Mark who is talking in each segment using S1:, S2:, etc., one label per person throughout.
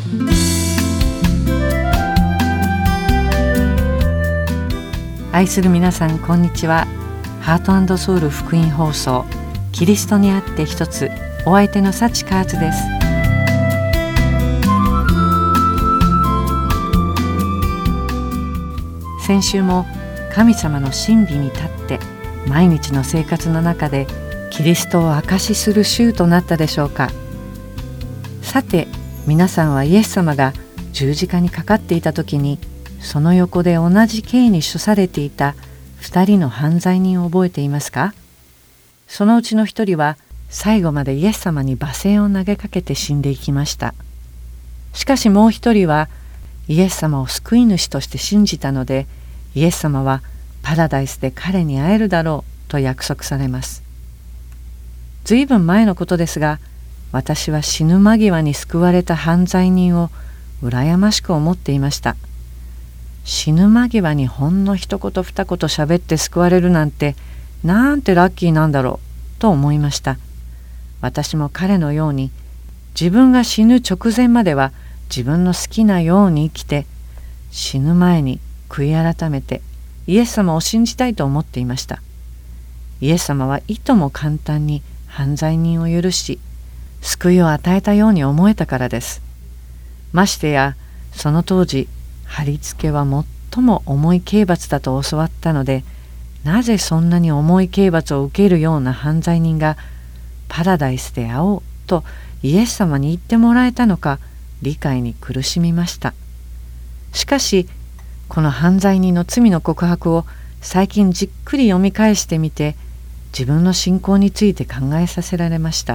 S1: 愛する皆さん、こんにちは。ハート&ソウル福音放送、キリストにあって一つ、お相手の幸カーツです。先週も神様の真理に立って毎日の生活の中でキリストを証しする週となったでしょうか。さて、皆さんはイエス様が十字架にかかっていた時に、その横で同じ刑に処されていた2人の犯罪人を覚えていますか？そのうちの1人は最後までイエス様に罵声を投げかけて死んでいきました。しかしもう1人はイエス様を救い主として信じたので、イエス様はパラダイスで彼に会えるだろうと約束されます。ずいぶん前のことですが、私は死ぬ間際に救われた犯罪人を羨ましく思っていました。死ぬ間際にほんの一言二言喋って救われるなんて、なんてラッキーなんだろうと思いました。私も彼のように、自分が死ぬ直前までは自分の好きなように生きて、死ぬ前に悔い改めてイエス様を信じたいと思っていました。イエス様はいとも簡単に犯罪人を許し、救いを与えたように思えたからです。ましてや、その当時、貼り付けは最も重い刑罰だと教わったので、なぜそんなに重い刑罰を受けるような犯罪人がパラダイスで会おうとイエス様に言ってもらえたのか、理解に苦しみました。しかし、この犯罪人の罪の告白を最近じっくり読み返してみて、自分の信仰について考えさせられました。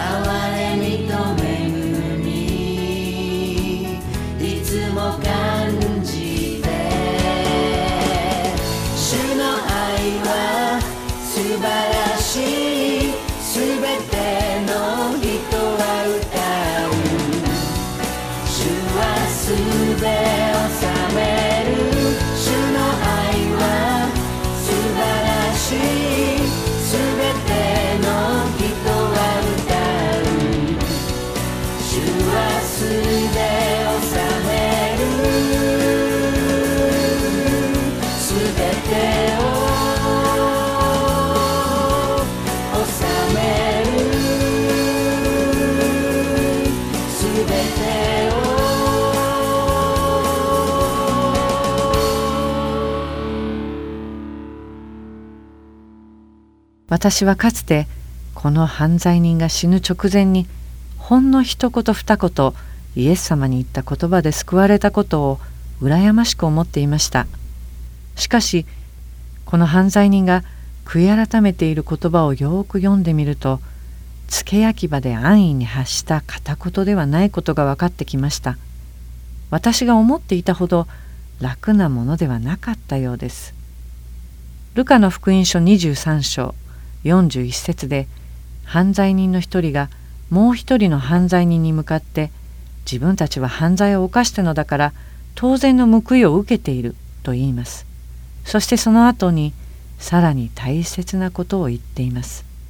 S2: つも感で治める主の愛は素晴らしい。すべての人は歌う。主は素で治めるすべてを治めるすべてを。
S1: 私はかつてこの犯罪人が死ぬ直前にほんの一言二言イエス様に言った言葉で救われたことを羨ましく思っていました。しかしこの犯罪人が悔い改めている言葉をよく読んでみると、付け焼き場で安易に発した片言ではないことが分かってきました。私が思っていたほど楽なものではなかったようです。ルカの福音書23章41節で、犯罪人の一人がもう一人の犯罪人に向かって、自分たちは犯罪を犯したのだから当然の報いを受けていると言います。そしてその後にさらに大切なことを言っています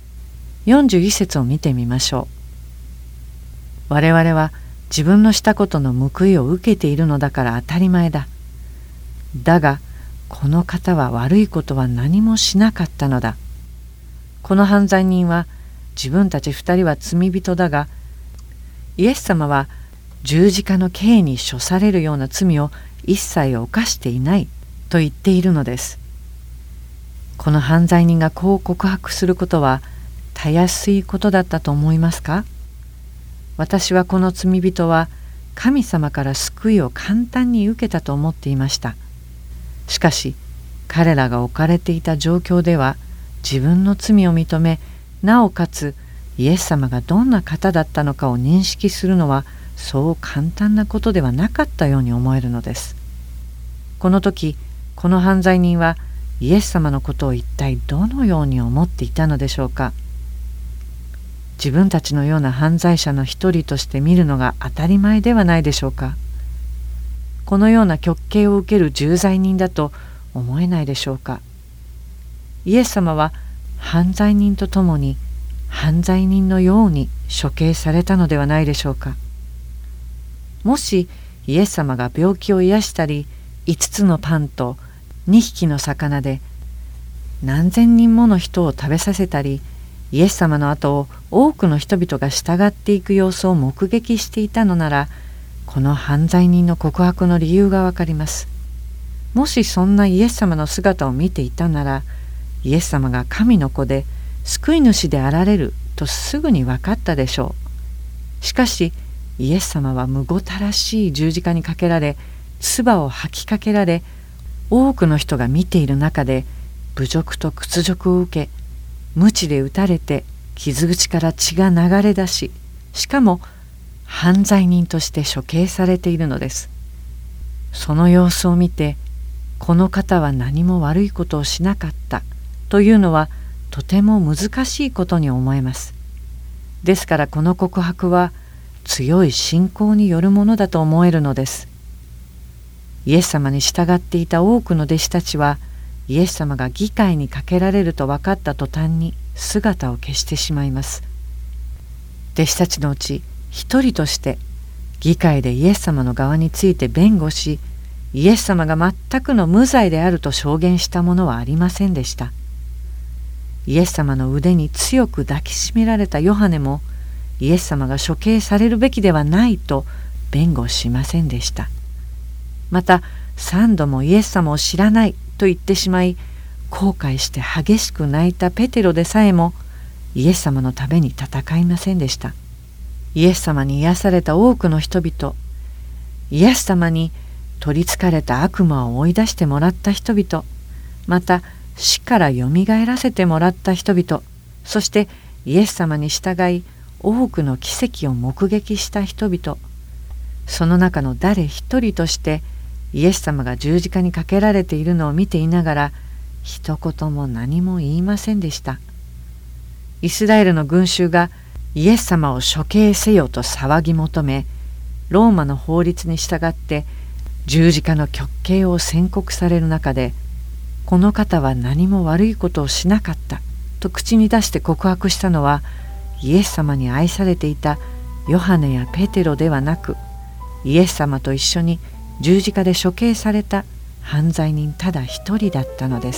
S1: 。41節を見てみましょう。我々は自分のしたことの報いを受けているのだから当たり前だ。だがこの方は悪いことは何もしなかったのだ。この犯罪人は自分たち二人は罪人だが、イエス様は十字架の刑に処されるような罪を一切犯していないと言っているのです。この犯罪人がこう告白することはたやすいことだったと思いますか？私はこの罪人は神様から救いを簡単に受けたと思っていました。しかし彼らが置かれていた状況では、自分の罪を認め、なおかつイエス様がどんな方だったのかを認識するのはそう簡単なことではなかったように思えるのです。この時この犯罪人はイエス様のことを一体どのように思っていたのでしょうか。自分たちのような犯罪者の一人として見るのが当たり前ではないでしょうか。このような極刑を受ける重罪人だと思えないでしょうか。イエス様は犯罪人と共に犯罪人のように処刑されたのではないでしょうか。もしイエス様が病気を癒したり、5つのパンと2匹の魚で何千人もの人を食べさせたり、イエス様の後を多くの人々が従っていく様子を目撃していたのなら、この犯罪人の告白の理由がわかります。もしそんなイエス様の姿を見ていたなら、イエス様が神の子で救い主であられるとすぐに分かったでしょう。しかしイエス様はむごたらしい十字架にかけられ、唾を吐きかけられ、多くの人が見ている中で侮辱と屈辱を受け、鞭で打たれて傷口から血が流れ出し、しかも犯罪人として処刑されているのです。その様子を見て、この方は何も悪いことをしなかったというのはとても難しいことに思えます。ですからこの告白は強い信仰によるものだと思えるのです。イエス様に従っていた多くの弟子たちは、イエス様が議会にかけられると分かった途端に姿を消してしまいます。弟子たちのうち一人として議会でイエス様の側について弁護し、イエス様が全くの無罪であると証言した者はありませんでした。イエス様の腕に強く抱きしめられたヨハネも、イエス様が処刑されるべきではないと弁護しませんでした。また3度もイエス様を知らないと言ってしまい、後悔して激しく泣いたペテロでさえもイエス様のために戦いませんでした。イエス様に癒された多くの人々、イエス様に取りつかれた悪魔を追い出してもらった人々、また死からよみがえらせてもらった人々、そしてイエス様に従い多くの奇跡を目撃した人々、その中の誰一人としてイエス様が十字架にかけられているのを見ていながら、一言も何も言いませんでした。イスラエルの群衆がイエス様を処刑せよと騒ぎ求め、 ローマの法律に従って十字架の極刑を宣告される中で、この方は何も悪いことをしなかったと口に出して告白したのは、イエス様に愛されていたヨハネやペテロではなく、イエス様と一緒に十字架で処刑された犯罪人ただ一人だったのです。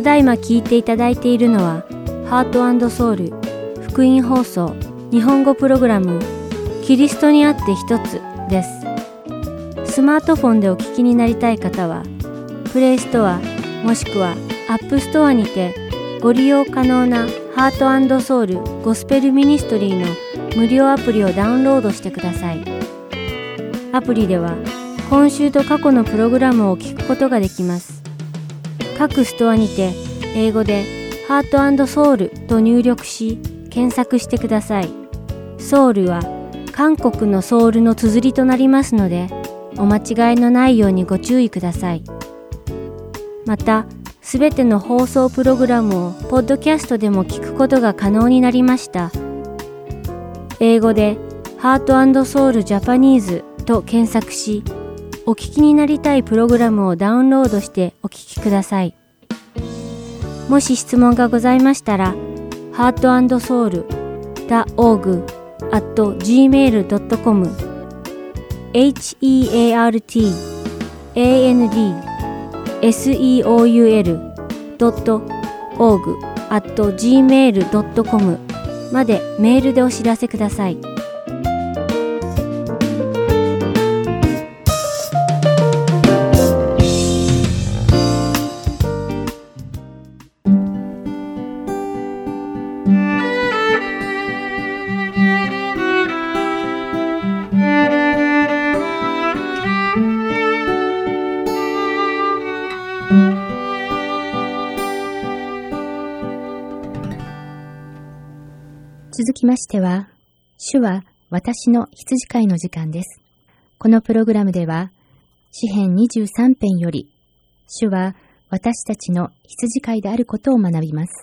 S3: だいま聞いていただいているのはハート&ソウル福音放送日本語プログラムキリストにあって一つです。スマートフォンでお聞きになりたい方はプレイストアもしくはアップストアにてご利用可能なハート&ソウルゴスペルミニストリーの無料アプリをダウンロードしてください。アプリでは今週と過去のプログラムを聞くことができます。各ストアにて英語でハート&ソウルと入力し検索してください。ソウルは韓国のソウルの綴りとなりますのでお間違いのないようにご注意ください。またすべての放送プログラムをポッドキャストでも聞くことが可能になりました。英語でハート&ソウルジャパニーズと検索しお聞きになりたいプログラムをダウンロードしてお聞きください。もし質問がございましたら、heartandsoul.org@gmail.com heartandseoul.org@gmail.com までメールでお知らせください。
S4: 続きましては、主は私の羊飼いの時間です。このプログラムでは、詩編23編より、主は私たちの羊飼いであることを学びます。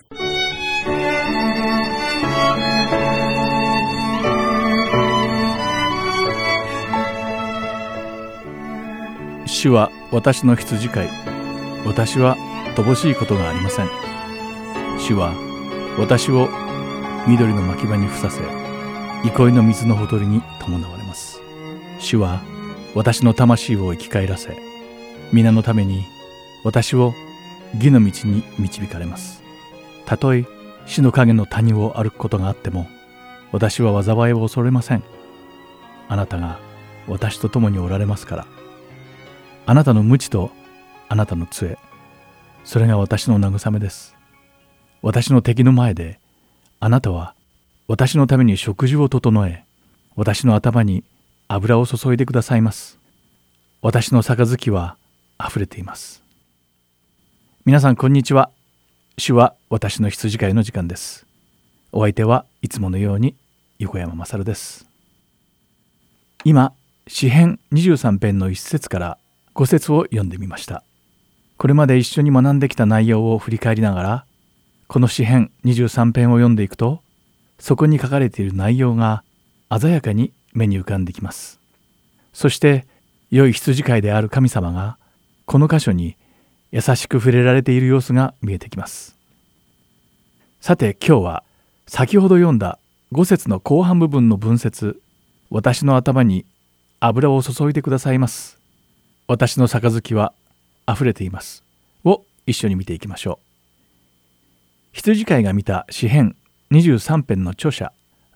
S5: 主は私の羊飼い。私は乏しいことがありません。主は私を緑の牧場にふさせ、憩いの水のほとりに伴われます。主は私の魂を生き返らせ、皆のために私を義の道に導かれます。たとえ死の影の谷を歩くことがあっても、私は災いを恐れません。あなたが私と共におられますから。あなたの鞭とあなたの杖、それが私の慰めです。私の敵の前であなたは私のために食事を整え、私の頭に油を注いでくださいます。私の杯はあふれています。皆さんこんにちは。主は私の羊飼いの時間です。お相手はいつものように横山まさるです。今、詩編23編の1節から5節を読んでみました。これまで一緒に学んできた内容を振り返りながら、この詩編23編を読んでいくと、そこに書かれている内容が鮮やかに目に浮かんできます。そして良い羊飼いである神様がこの箇所に優しく触れられている様子が見えてきます。さて今日は先ほど読んだ5節の後半部分の文節、私の頭に油を注いでくださいます。私の杯はあふれていますを一緒に見ていきましょう。羊飼いが見た詩編23編の著者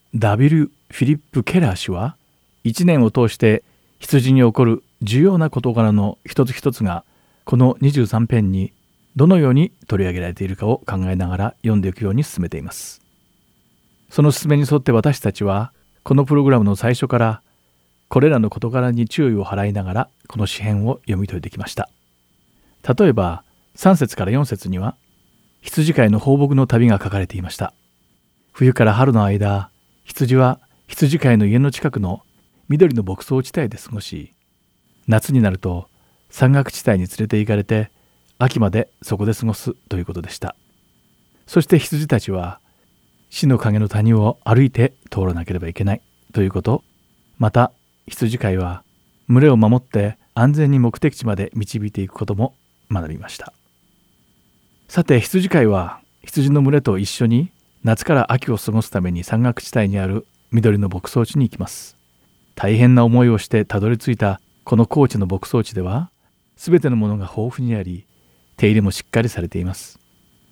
S5: W. フィリップ・ケラー氏は、1年を通して羊に起こる重要な事柄の一つ一つがこの23編にどのように取り上げられているかを考えながら読んでいくように進めています。その進めに沿って私たちはこのプログラムの最初からこれらの事柄に注意を払いながらこの詩編を読み解いてきました。例えば3節から4節には羊飼いの放牧の旅が書かれていました。冬から春の間、羊は羊飼いの家の近くの緑の牧草地帯で過ごし、夏になると山岳地帯に連れて行かれて秋までそこで過ごすということでした。そして羊たちは死の影の谷を歩いて通らなければいけないということ、また羊飼いは群れを守って安全に目的地まで導いていくことも学びました。さて羊飼いは羊の群れと一緒に夏から秋を過ごすために山岳地帯にある緑の牧草地に行きます。大変な思いをしてたどり着いたこの高地の牧草地では、すべてのものが豊富にあり、手入れもしっかりされています。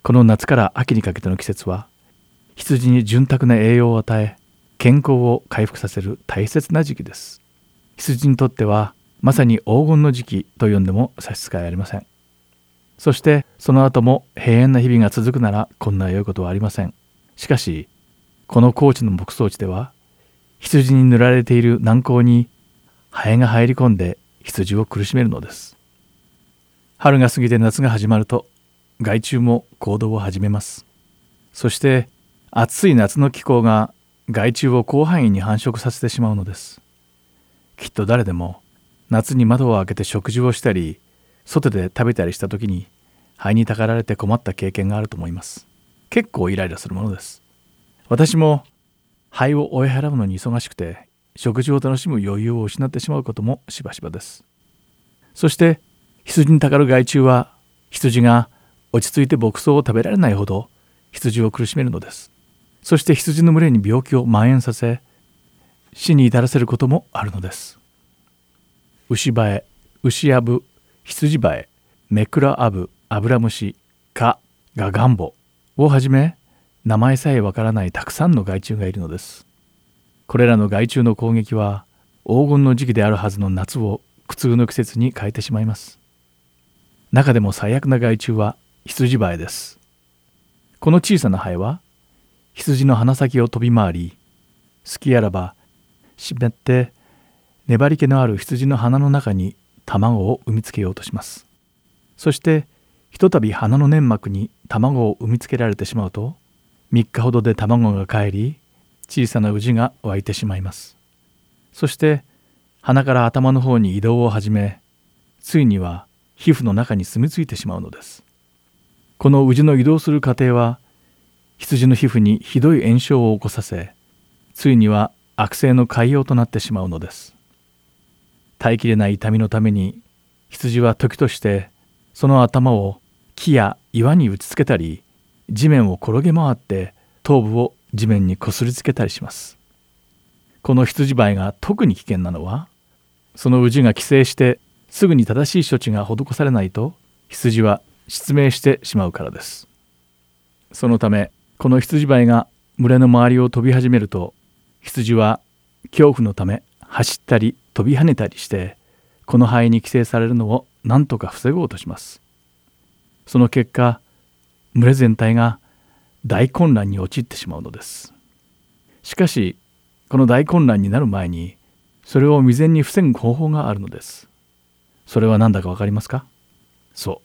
S5: この夏から秋にかけての季節は羊に潤沢な栄養を与え、健康を回復させる大切な時期です。羊にとってはまさに黄金の時期と呼んでも差し支えありません。そしてその後も平安な日々が続くならこんな良いことはありません。しかしこの高地の牧草地では羊に塗られている軟膏にハエが入り込んで羊を苦しめるのです。春が過ぎて夏が始まると害虫も行動を始めます。そして暑い夏の気候が害虫を広範囲に繁殖させてしまうのです。きっと誰でも夏に窓を開けて食事をしたり外で食べたりした時にハエにたかられて困った経験があると思います。結構イライラするものです。私もハエを追い払うのに忙しくて食事を楽しむ余裕を失ってしまうこともしばしばです。そして羊にたかる害虫は羊が落ち着いて牧草を食べられないほど羊を苦しめるのです。そして羊の群れに病気を蔓延させ死に至らせることもあるのです。牛ハエ、牛アブ、羊ハエ、メクラアブ、アブラムシ、蚊、ガガンボをはじめ名前さえわからないたくさんの害虫がいるのです。これらの害虫の攻撃は黄金の時期であるはずの夏を苦痛の季節に変えてしまいます。中でも最悪な害虫は羊ハエです。この小さなハエは羊の鼻先を飛び回り、隙あらば湿って粘り気のある羊の鼻の中に卵を産みつけようとします。そしてひとたび鼻の粘膜に卵を産みつけられてしまうと3日ほどで卵がかえり小さなウジが湧いてしまいます。そして鼻から頭の方に移動を始め、ついには皮膚の中に住み着いてしまうのです。このウジの移動する過程は羊の皮膚にひどい炎症を起こさせ、ついには悪性の潰瘍となってしまうのです。耐えきれない痛みのために羊は時としてその頭を木や岩に打ちつけたり、地面を転げ回って頭部を地面にこすりつけたりします。この羊ハエが特に危険なのは、そのウジが寄生してすぐに正しい処置が施されないと羊は失明してしまうからです。そのためこの羊ハエが群れの周りを飛び始めると、羊は恐怖のため走ったり飛び跳ねたりしてこのハエに寄生されるのを何とか防ごうとします。その結果、群れ全体が大混乱に陥ってしまうのです。しかしこの大混乱になる前にそれを未然に防ぐ方法があるのです。それは何だかわかりますか？そう、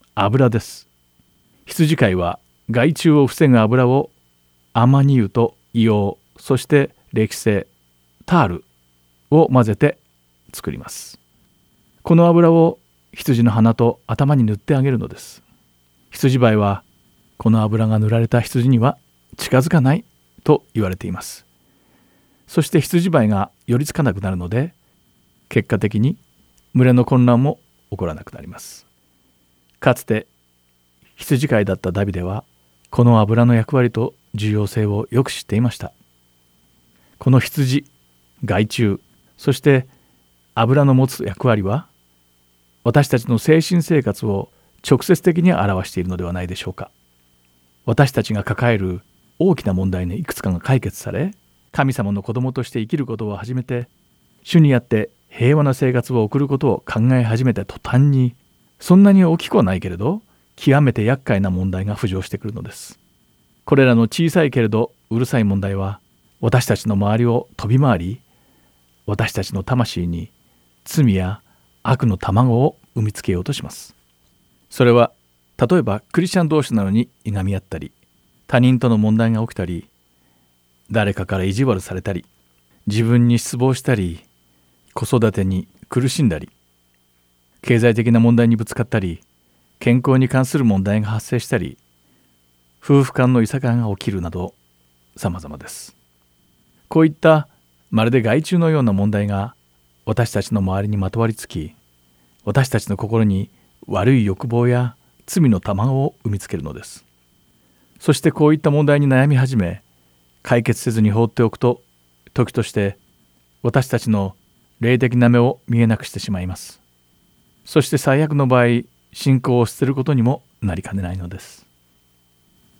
S5: 油です。羊飼いは害虫を防ぐ油をアマニ油と硫黄、そして歴製タールを混ぜて作ります。この油を羊の鼻と頭に塗ってあげるのです。羊ハエはこの油が塗られた羊には近づかないと言われています。そして羊ハエが寄りつかなくなるので、結果的に群れの混乱も起こらなくなります。かつて羊飼いだったダビデはこの油の役割と重要性をよく知っていました。この羊、害虫、そして油の持つ役割は私たちの精神生活を直接的に表しているのではないでしょうか。私たちが抱える大きな問題のいくつかが解決され、神様の子供として生きることを始めて、主にあって平和な生活を送ることを考え始めた途端に、そんなに大きくはないけれど極めて厄介な問題が浮上してくるのです。これらの小さいけれどうるさい問題は私たちの周りを飛び回り、私たちの魂に罪や悪の卵を産みつけようとします。それは例えばクリスチャン同士なのにいがみ合ったり、他人との問題が起きたり、誰かから意地悪されたり、自分に失望したり、子育てに苦しんだり、経済的な問題にぶつかったり、健康に関する問題が発生したり、夫婦間のいさかいが起きるなど様々です。こういったまるで害虫のような問題が私たちの周りにまとわりつき、私たちの心に悪い欲望や罪の卵を産みつけるのです。そしてこういった問題に悩み始め、解決せずに放っておくと、時として私たちの霊的な目を見えなくしてしまいます。そして最悪の場合、信仰を捨てることにもなりかねないのです。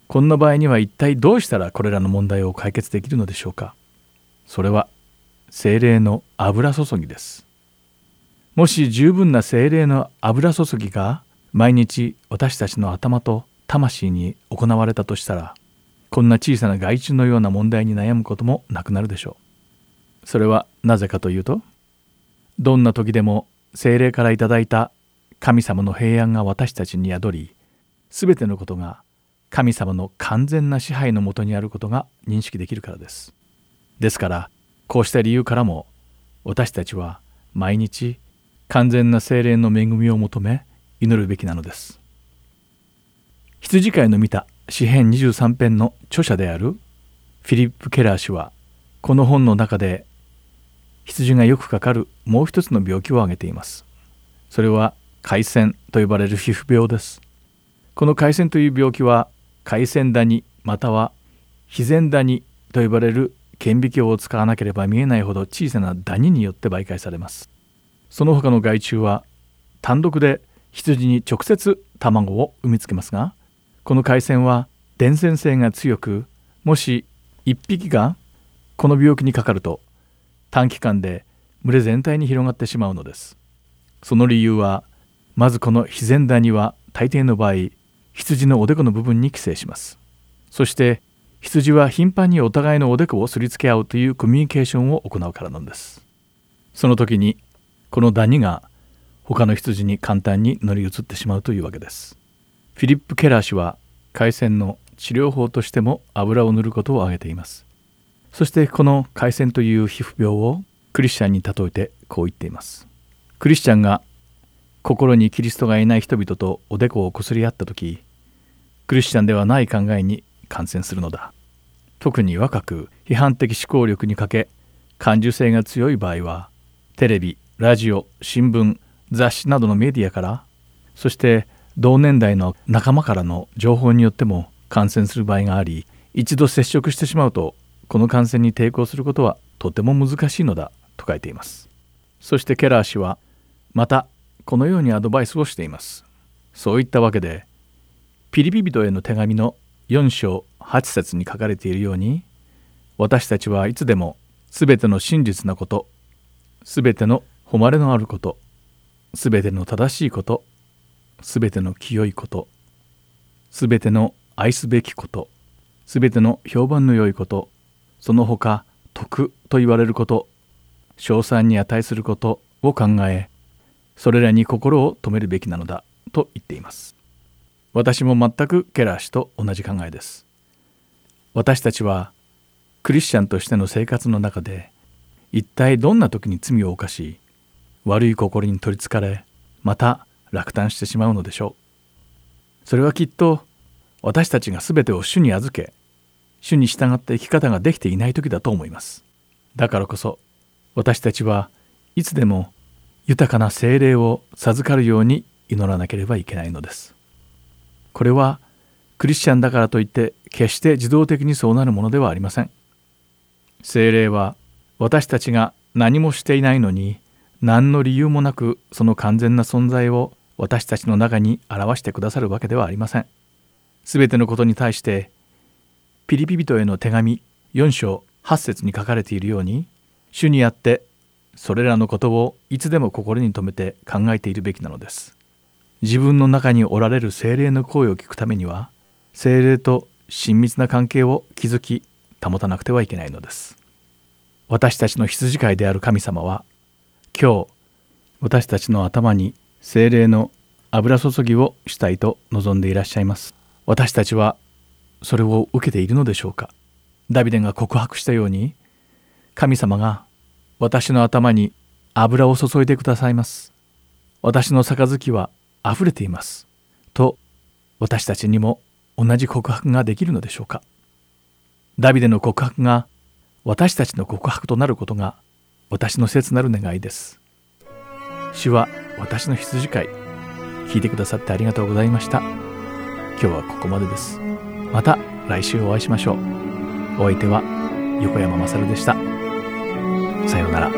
S5: こんな場合には一体どうしたらこれらの問題を解決できるのでしょうか。それは聖霊の油注ぎです。もし十分な聖霊の油注ぎが毎日私たちの頭と魂に行われたとしたら、こんな小さな害虫のような問題に悩むこともなくなるでしょう。それはなぜかというと、どんな時でも聖霊からいただいた神様の平安が私たちに宿り、すべてのことが神様の完全な支配のもとにあることが認識できるからです。ですから、こうした理由からも私たちは毎日完全な聖霊の恵みを求め祈るべきなのです。羊飼いの見た詩編23編の著者であるフィリップ・ケラー氏は、この本の中で羊がよくかかるもう一つの病気を挙げています。それは疥癬と呼ばれる皮膚病です。この疥癬という病気は疥癬ダニまたは皮前ダニと呼ばれる顕微鏡を使わなければ見えないほど小さなダニによって媒介されます。その他の害虫は単独で羊に直接卵を産みつけますが、この疥癬は伝染性が強く、もし一匹がこの病気にかかると短期間で群れ全体に広がってしまうのです。その理由は、まずこの皮前ダニは大抵の場合、羊のおでこの部分に寄生します。そして羊は頻繁にお互いのおでこをすりつけ合うというコミュニケーションを行うからなんです。その時にこのダニが他の羊に簡単に乗り移ってしまうというわけです。フィリップ・ケラー氏は疥癬の治療法としても油を塗ることを挙げています。そしてこの疥癬という皮膚病をクリスチャンに例えてこう言っています。クリスチャンが心にキリストがいない人々とおでこをこすり合ったとき、クリスチャンではない考えに感染するのだ。特に若く批判的思考力に欠け、感受性が強い場合は、テレビ、ラジオ、新聞、雑誌などのメディアから、そして同年代の仲間からの情報によっても感染する場合があり、一度接触してしまうと、この感染に抵抗することはとても難しいのだと書いています。そしてケラー氏はまたこのようにアドバイスをしています。そういったわけで、ピリピ人への手紙の4章8節に書かれているように、私たちはいつでもすべての真実なこと、すべての誉れのあること、すべての正しいこと、すべての清いこと、すべての愛すべきこと、すべての評判の良いこと、その他徳と言われること、称賛に値することを考え、それらに心を留めるべきなのだと言っています。私も全くケラー氏と同じ考えです。私たちはクリスチャンとしての生活の中で、一体どんな時に罪を犯し、悪い心に取りつかれ、また落胆してしまうのでしょう。それはきっと私たちがすべてを主に預け、主に従った生き方ができていない時だと思います。だからこそ私たちはいつでも豊かな聖霊を授かるように祈らなければいけないのです。これはクリスチャンだからといって決して自動的にそうなるものではありません。聖霊は私たちが何もしていないのに、何の理由もなくその完全な存在を私たちの中に表してくださるわけではありません。すべてのことに対してピリピ人への手紙4章8節に書かれているように、主にあってそれらのことをいつでも心に留めて考えているべきなのです。自分の中におられる聖霊の声を聞くためには、聖霊と親密な関係を築き保たなくてはいけないのです。私たちの羊飼いである神様は、今日私たちの頭に聖霊の油注ぎをしたいと望んでいらっしゃいます。私たちはそれを受けているのでしょうか。ダビデが告白したように、神様が私の頭に油を注いでくださいます。私の杯はあふれています。と私たちにも同じ告白ができるのでしょうか。ダビデの告白が私たちの告白となることが私の切なる願いです。主は私の羊飼い。聞いてくださってありがとうございました。今日はここまでです。また来週お会いしましょう。お相手は横山まさるでした。さようなら。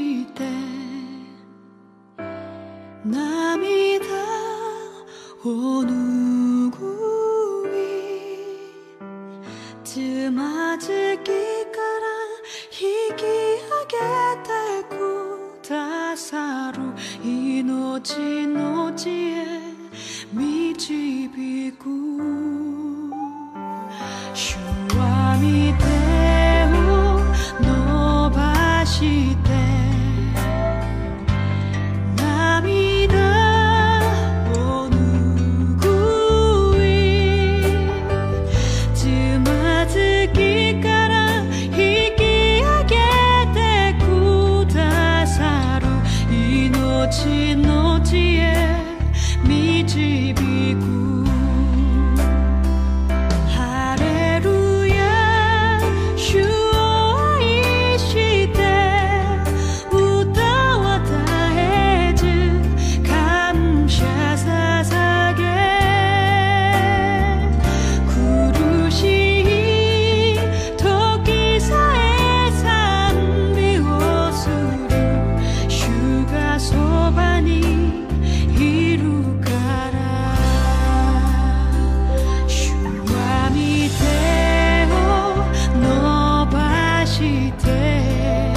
S6: して涙を拭いつまずきから引き上げてくださる命の地へ導く主は御手を伸ばして涙を拭いつまずきから引き上げてくださる命の地へ導くハレルヤ主を愛して歌を与えず感謝捧げ苦しい時さえ賛美をする主がそばにいるから主は御手を伸ばして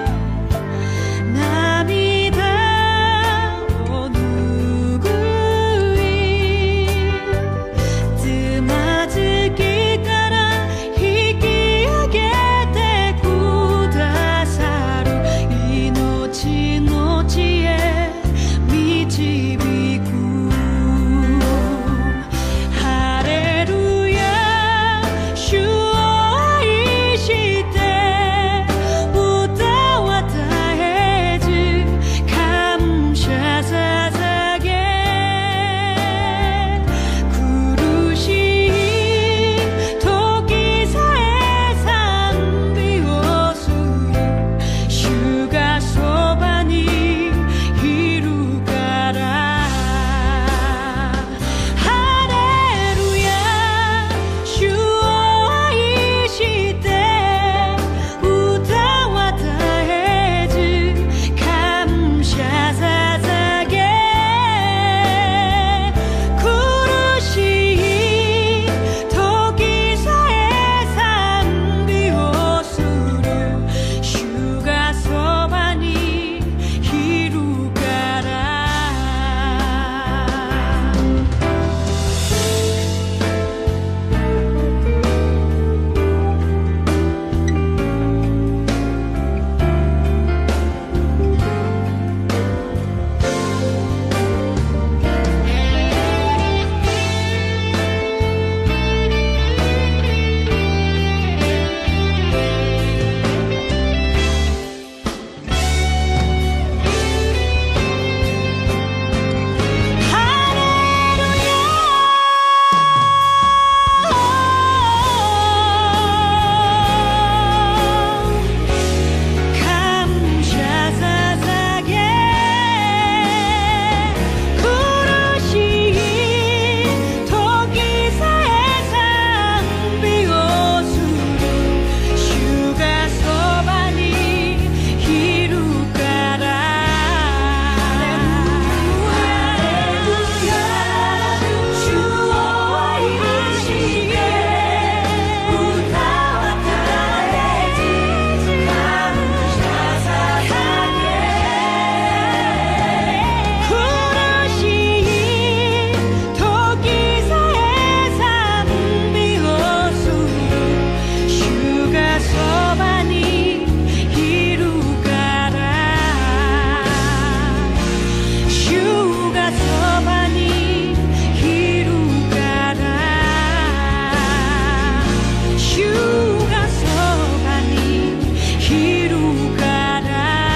S6: 涙を拭いつまずきから引き上げてくださる命の地へ導くハレルヤ主を愛して歌を与えず感謝捧げ苦しい時さえ賛美をする主がそばにいるからハレルヤ主を愛して歌を与えず感謝捧げ苦しい時さえ賛美をする主がそばにいるから感謝捧げ苦しい時さえ賛美をする主がそばにいるからハレルヤ主を愛して歌を与えず感謝捧げ苦しい時さえ賛美をする主がそばにいるから主がそばにいるから主がそばにいるから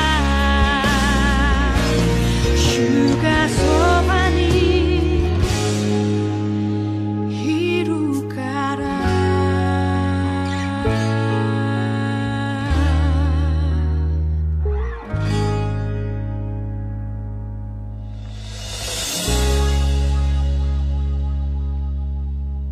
S6: 主がそばにいるから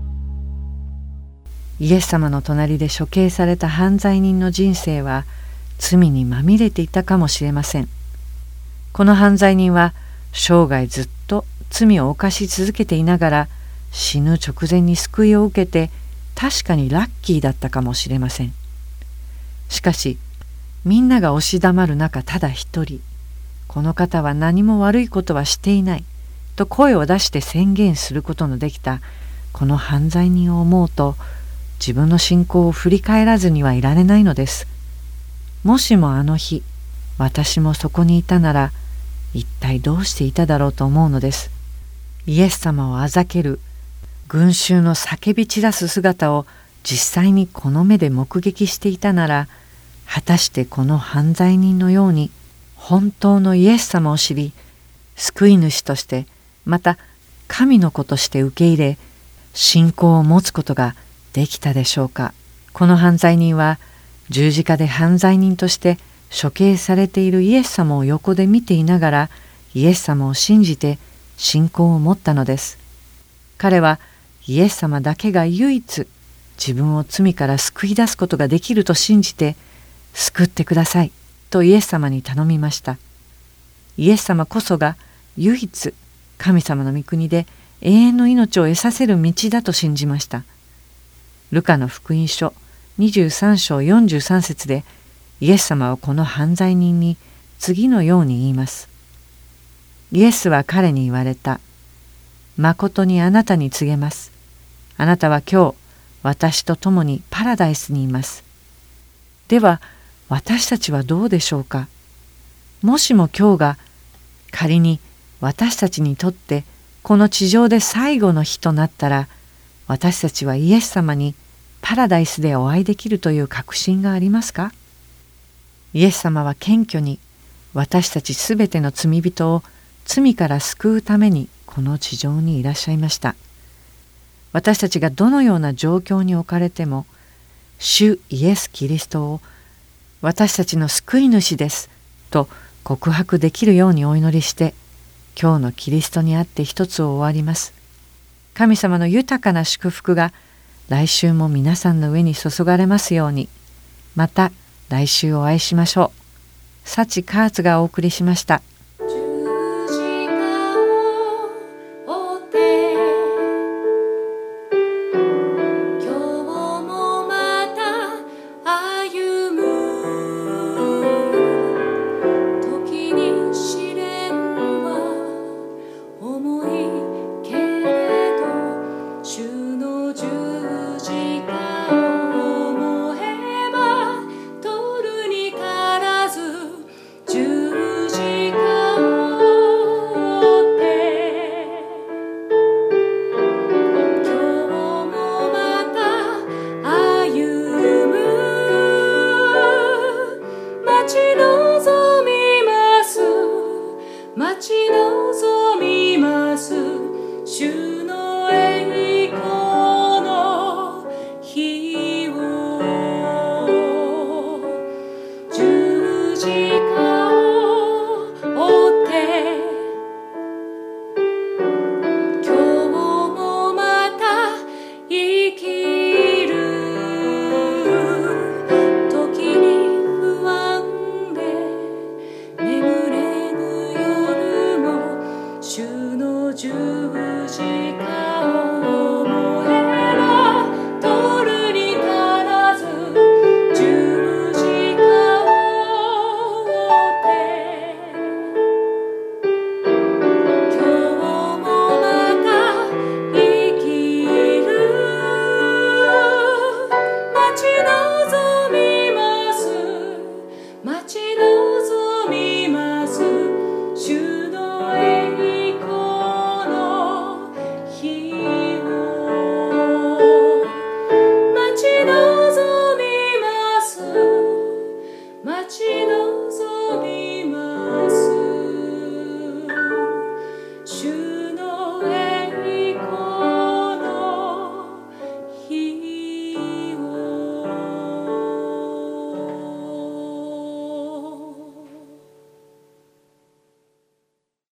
S1: イエス様の隣で処刑された犯罪人の人生は罪にまみれていたかもしれません。この犯罪人は生涯ずっと罪を犯し続けていながら死ぬ直前に救いを受けて確かにラッキーだったかもしれません。しかしみんなが押し黙る中、ただ一人、この方は何も悪いことはしていないと声を出して宣言することのできたこの犯罪人を思うと、自分の信仰を振り返らずにはいられないのです。もしもあの日私もそこにいたなら、一体どうしていただろうと思うのです。イエス様をあざける群衆の叫び散らす姿を実際にこの目で目撃していたなら、果たしてこの犯罪人のように本当のイエス様を知り、救い主としてまた神の子として受け入れ、信仰を持つことができたでしょうか。この犯罪人は十字架で犯罪人として処刑されているイエス様を横で見ていながら、イエス様を信じて信仰を持ったのです。彼はイエス様だけが唯一自分を罪から救い出すことができると信じて、救ってくださいとイエス様に頼みました。イエス様こそが唯一神様の御国で永遠の命を得させる道だと信じました。ルカの福音書23章43節でイエス様はこの犯罪人に次のように言います。イエスは彼に言われた。誠にあなたに告げます。あなたは今日私と共にパラダイスにいます。では私たちはどうでしょうか。もしも今日が仮に私たちにとってこの地上で最後の日となったら、私たちはイエス様にパラダイスでお会いできるという確信がありますか。イエス様は謙虚に私たちすべての罪人を罪から救うためにこの地上にいらっしゃいました。私たちがどのような状況に置かれても、主イエス・キリストを私たちの救い主ですと告白できるようにお祈りして、今日のキリストにあって一つを終わります。神様の豊かな祝福が来週も皆さんの上に注がれますように。また来週お会いしましょう。幸カーツがお送りしました。